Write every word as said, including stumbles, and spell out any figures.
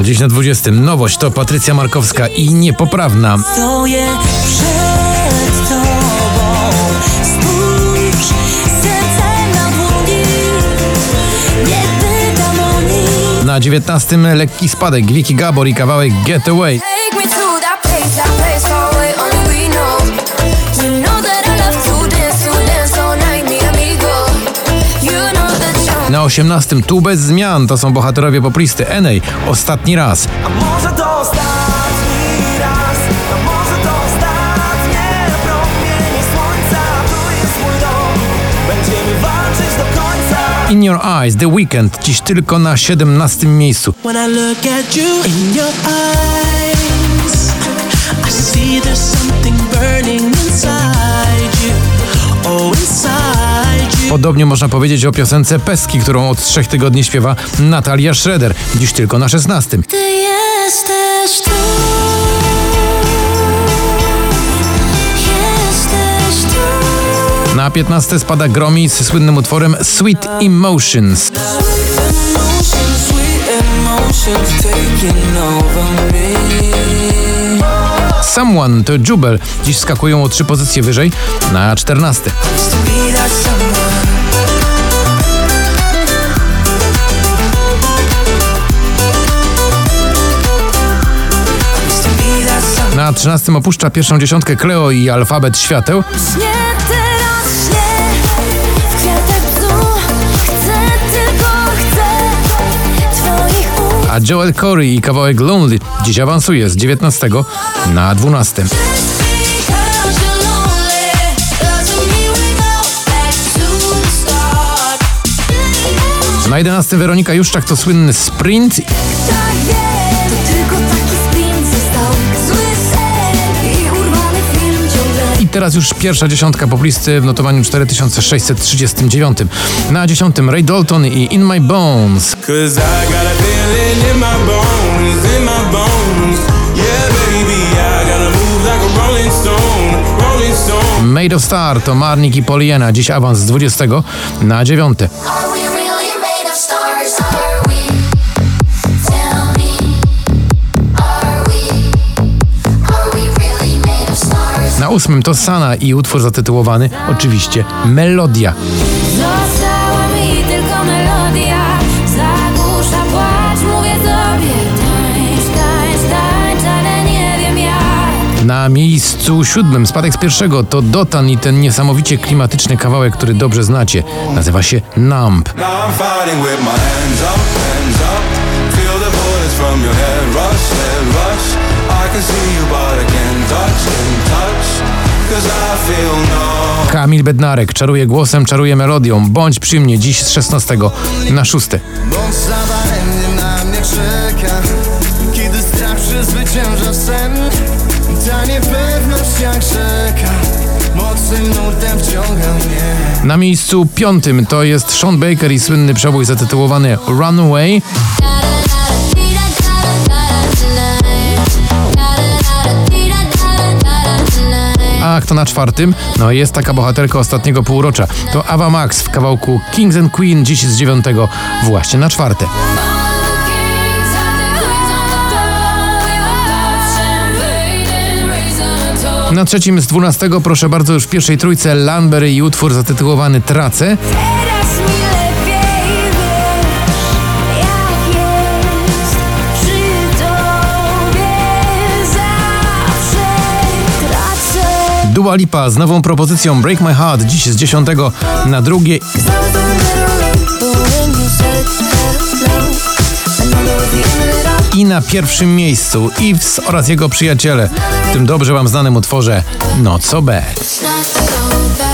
Dziś na dwudziestym nowość to Patrycja Markowska i Niepoprawna. Stoję przed tobą, spójrz, serce na dłoni, nie pytam o nic. Na dziewiętnastym lekki spadek, Vicky Gabor i kawałek Get Away. Na osiemnastym tu bez zmian, to są bohaterowie poplisty Enej, Ostatni raz. A może to ostatni raz, a może to ostatnie promienie słońca, tu jest mój dom, będziemy walczyć do końca. In Your Eyes, The Weeknd, dziś tylko na siedemnastym miejscu. When I look at you in your eyes, I see there's something burning inside you, oh inside you. Podobnie można powiedzieć o piosence Peski, którą od trzech tygodni śpiewa Natalia Schroeder, dziś tylko na szesnastym. Ty jesteś tu, jesteś tu. Na piętnaste spada Gromi z słynnym utworem Sweet Emotions. Someone to Jubel, dziś skakują o trzy pozycje wyżej na czternaste. Na trzynastym opuszcza pierwszą dziesiątkę Cleo i Alfabet Świateł. Nie teraz, nie w kwiatek bzu, chcę tylko, chcę twoich ust. A Joel Corey i kawałek Lonely dziś awansuje z dziewiętnastego na dwunaste. Na jedenastym Weronika Juszczak to słynny Sprint. I teraz już pierwsza dziesiątka poplisty w notowaniu cztery tysiące sześćset trzydzieści dziewięć. Na dziesiątym Ray Dalton i In My Bones. Made of Star to Marnik i Poliena, dziś awans z dwudziestego na dziewiąte. Na ósmym to Sana i utwór zatytułowany oczywiście Melodia. Została mi tylko melodia, zagłusza płacz, mówię tobie, tańcz, tańcz, tańcz, ale nie wiem jak. Na miejscu siódmym spadek z pierwszego to Dotan i ten niesamowicie klimatyczny kawałek, który dobrze znacie. Nazywa się Numb. Kamil Bednarek czaruje głosem, czaruje melodią. Bądź przy mnie, dziś z szesnastego na szóste. Bądź zadaremnie na mnie czeka, kiedy strach przezwycięża sen. Ta niepewność jak rzeka, mocnym nurtem wciąga mnie. Na miejscu piątym to jest Sean Baker i słynny przebój zatytułowany Runaway. A kto na czwartym? No jest taka bohaterka ostatniego półrocza. To Ava Max w kawałku Kings and Queen, dziś z dziewiątego właśnie na czwarte. Na trzecim z dwunastego, proszę bardzo, już w pierwszej trójce Lanberry i utwór zatytułowany Tracę. Dua Lipa z nową propozycją Break My Heart, dziś z dziesiątego na drugie. I na pierwszym miejscu Yves oraz jego przyjaciele w tym dobrze wam znanym utworze Not So Bad.